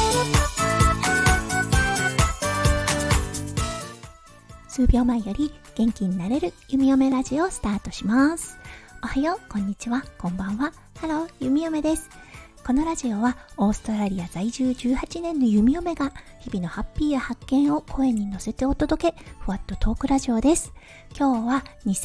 数秒前より元気になれるゆみおめラジオをスタートします。おはよう、こんにちは、こんばんは。ハロー、ゆみおめです。このラジオはオーストラリア在住18年のゆみおめが日々のハッピーや発見を声に乗せてお届け、ふわっとトークラジオです。今日は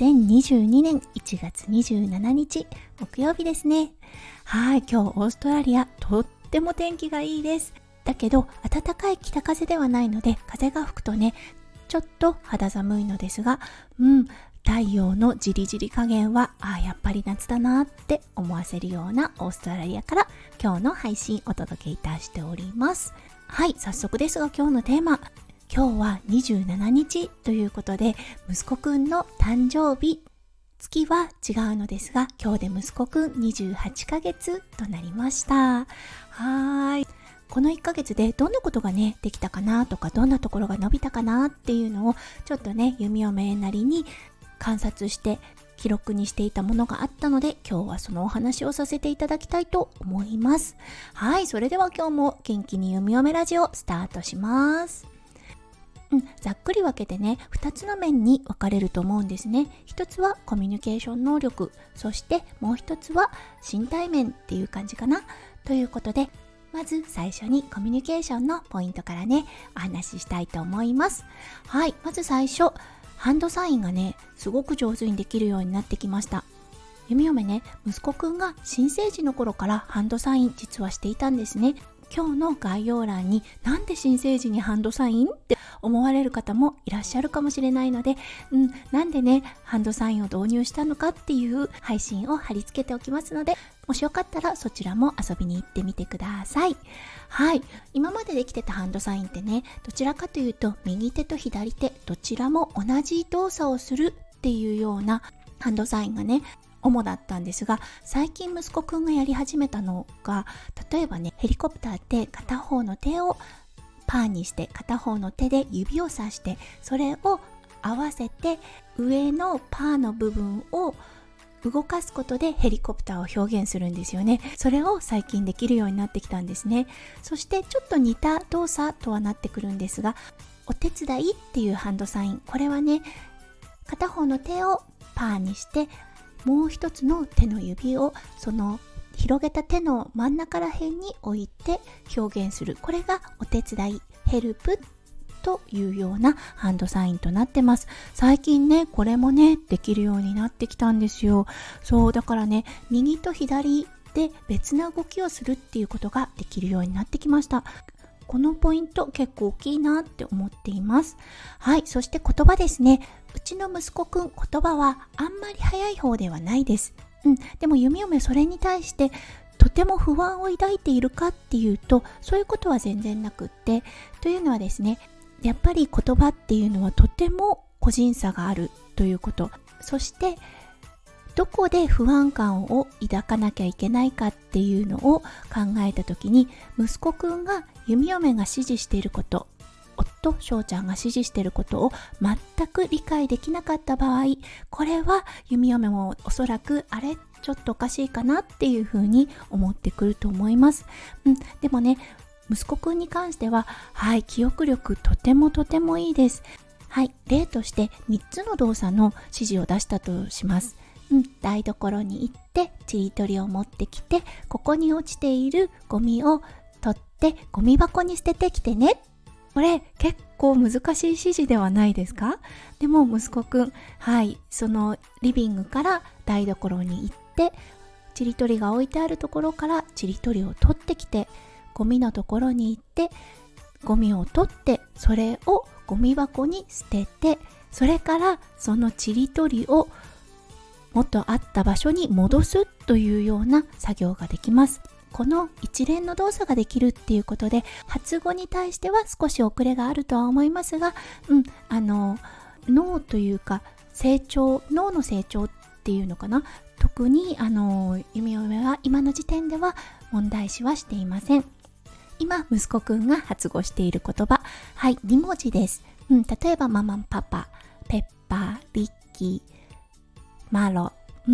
2022年1月27日木曜日ですね。はい、今日オーストラリアとっても天気がいいです。だけど暖かい北風ではないので、風が吹くとねちょっと肌寒いのですが、太陽のじりじり加減はやっぱり夏だなって思わせるようなオーストラリアから今日の配信お届けいたしております。はい、早速ですが今日のテーマ、今日は27日ということで息子くんの誕生日、月は違うのですが今日で息子くん28ヶ月となりました。この1ヶ月でどんなことがねできたかなとか、どんなところが伸びたかなっていうのをちょっとねゆみおめなりに観察して記録にしていたものがあったので、今日はそのお話をさせていただきたいと思います。はい、それでは今日も元気にゆみおめラジオスタートします。ざっくり分けてね2つの面に分かれると思うんですね。一つはコミュニケーション能力、そしてもう一つは身体面っていう感じかなということで、まず最初にコミュニケーションのポイントからねお話ししたいと思います。はい、まず最初、ハンドサインがねすごく上手にできるようになってきました。ゆみおめね、息子くんが新生児の頃からハンドサイン実はしていたんですね。今日の概要欄になんで新生児にハンドサインって思われる方もいらっしゃるかもしれないので、なんでねハンドサインを導入したのかっていう配信を貼り付けておきますので、もしよかったらそちらも遊びに行ってみてください。はい、今までできてたハンドサインってね、どちらかというと右手と左手どちらも同じ動作をするっていうようなハンドサインがね主だったんですが、最近息子くんがやり始めたのが、例えばねヘリコプターって片方の手をパーにして片方の手で指をさして、それを合わせて上のパーの部分を動かすことでヘリコプターを表現するんですよね。それを最近できるようになってきたんですね。そしてちょっと似た動作とはなってくるんですが、お手伝いっていうハンドサイン、これはね片方の手をパーにしてもう一つの手の指をその広げた手の真ん中ら辺に置いて表現する、これがお手伝い、ヘルプというようなハンドサインとなってます。最近ねこれもねできるようになってきたんですよ。そうだからね、右と左で別な動きをするっていうことができるようになってきました。このポイント結構大きいなって思っています。はい、そして言葉ですね。うちの息子くん、言葉はあんまり早い方ではないです。でもゆみおめそれに対してとても不安を抱いているかっていうと、そういうことは全然なくって、というのはですね、やっぱり言葉っていうのはとても個人差があるということ、そしてどこで不安感を抱かなきゃいけないかっていうのを考えたときに、息子くんが弓嫁が指示していること、夫翔ちゃんが指示していることを全く理解できなかった場合、これは弓嫁もおそらくあれちょっとおかしいかなっていうふうに思ってくると思います。でもね、息子くんに関しては記憶力とてもいいです。例として3つの動作の指示を出したとします。台所に行ってちりとりを持ってきて、ここに落ちているゴミを取ってゴミ箱に捨ててきてね。これ結構難しい指示ではないですか？でも息子くん、そのリビングから台所に行ってちりとりが置いてあるところからちりとりを取ってきて、ゴミのところに行ってゴミを取って、それをゴミ箱に捨てて、それからそのちりとりを元あった場所に戻すというような作業ができます。この一連の動作ができるっていうことで、発語に対しては少し遅れがあるとは思いますが、脳というか脳の成長っていうのかな、特に弓嫁は今の時点では問題視はしていません。今息子くんが発語している言葉、2文字です。例えばママ、パパ、ペッパー、リッキー、マロ、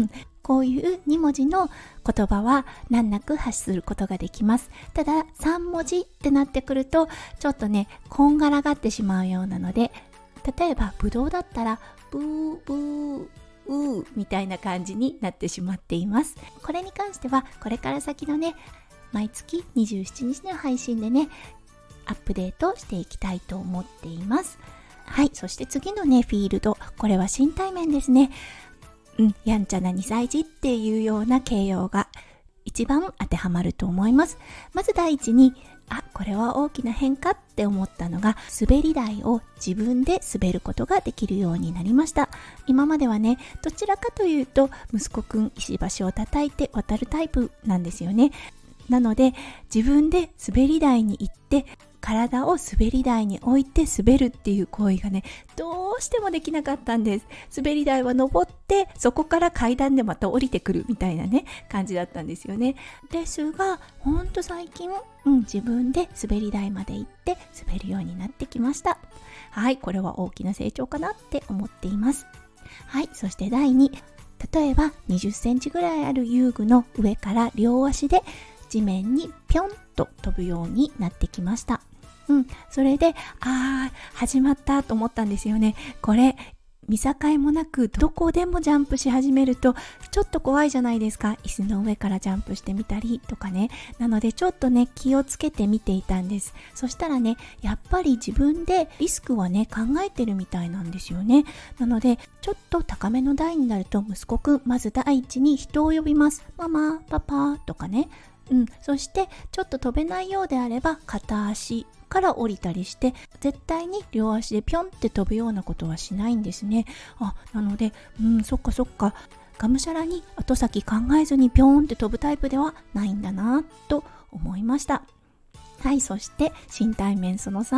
こういう2文字の言葉は難なく発することができます。ただ3文字ってなってくるとちょっとねこんがらがってしまうようなので、例えばぶどうだったらブーブーうーみたいな感じになってしまっています。これに関してはこれから先のね毎月27日の配信でねアップデートしていきたいと思っています。はい、そして次のねフィールド、これは身体面ですね。やんちゃな2歳児っていうような形容が一番当てはまると思います。まず第一にこれは大きな変化って思ったのが、滑り台を自分で滑ることができるようになりました。今まではねどちらかというと息子くん石橋を叩いて渡るタイプなんですよね。なので自分で滑り台に行って体を滑り台に置いて滑るっていう行為がねどうしてもできなかったんです。滑り台は登ってそこから階段でまた降りてくるみたいなね感じだったんですよね。ですがほんと最近、自分で滑り台まで行って滑るようになってきました。はい、これは大きな成長かなって思っています。はい、そして第2、例えば20センチぐらいある遊具の上から両足で地面にぴょんと飛ぶようになってきました。それで始まったと思ったんですよね。これ見境もなくどこでもジャンプし始めるとちょっと怖いじゃないですか。椅子の上からジャンプしてみたりとかね。なのでちょっとね気をつけて見ていたんです。そしたらねやっぱり自分でリスクはね考えてるみたいなんですよね。なのでちょっと高めの台になると息子くんまず第一に人を呼びます。ママ、パパとかね。そしてちょっと飛べないようであれば片足から降りたりして絶対に両足でピョンって飛ぶようなことはしないんですね。なのでそっかがむしゃらに後先考えずにピョンって飛ぶタイプではないんだなと思いました。はい、そして身体面その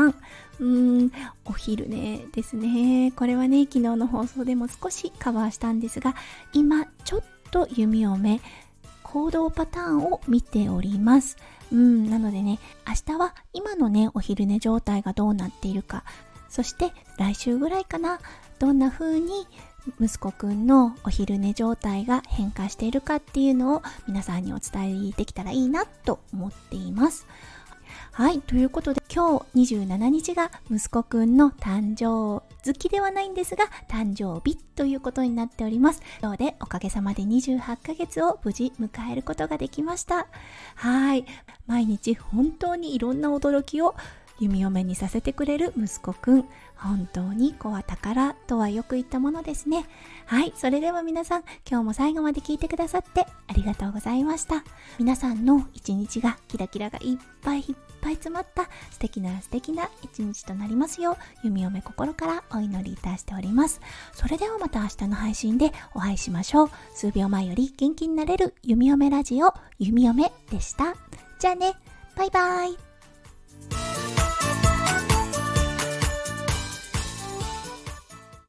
3、お昼寝ですね。これはね昨日の放送でも少しカバーしたんですが、今ちょっと弓嫁行動パターンを見ております。なのでね明日は今のねお昼寝状態がどうなっているか、そして来週ぐらいかなどんな風に息子くんのお昼寝状態が変化しているかっていうのを皆さんにお伝えできたらいいなと思っています。はい、ということで今日27日が息子くんの誕生月ではないんですが誕生日ということになっております。なのでおかげさまで28ヶ月を無事迎えることができました。はい、毎日本当にいろんな驚きを弓嫁にさせてくれる息子くん、本当に子は宝とはよく言ったものですね。はい、それでは皆さん今日も最後まで聞いてくださってありがとうございました。皆さんの一日がキラキラがいっぱい詰まった素敵な一日となりますよう弓嫁心からお祈りいたしております。それではまた明日の配信でお会いしましょう。数秒前より元気になれる弓嫁ラジオ弓嫁でした。じゃあね、バイバイ。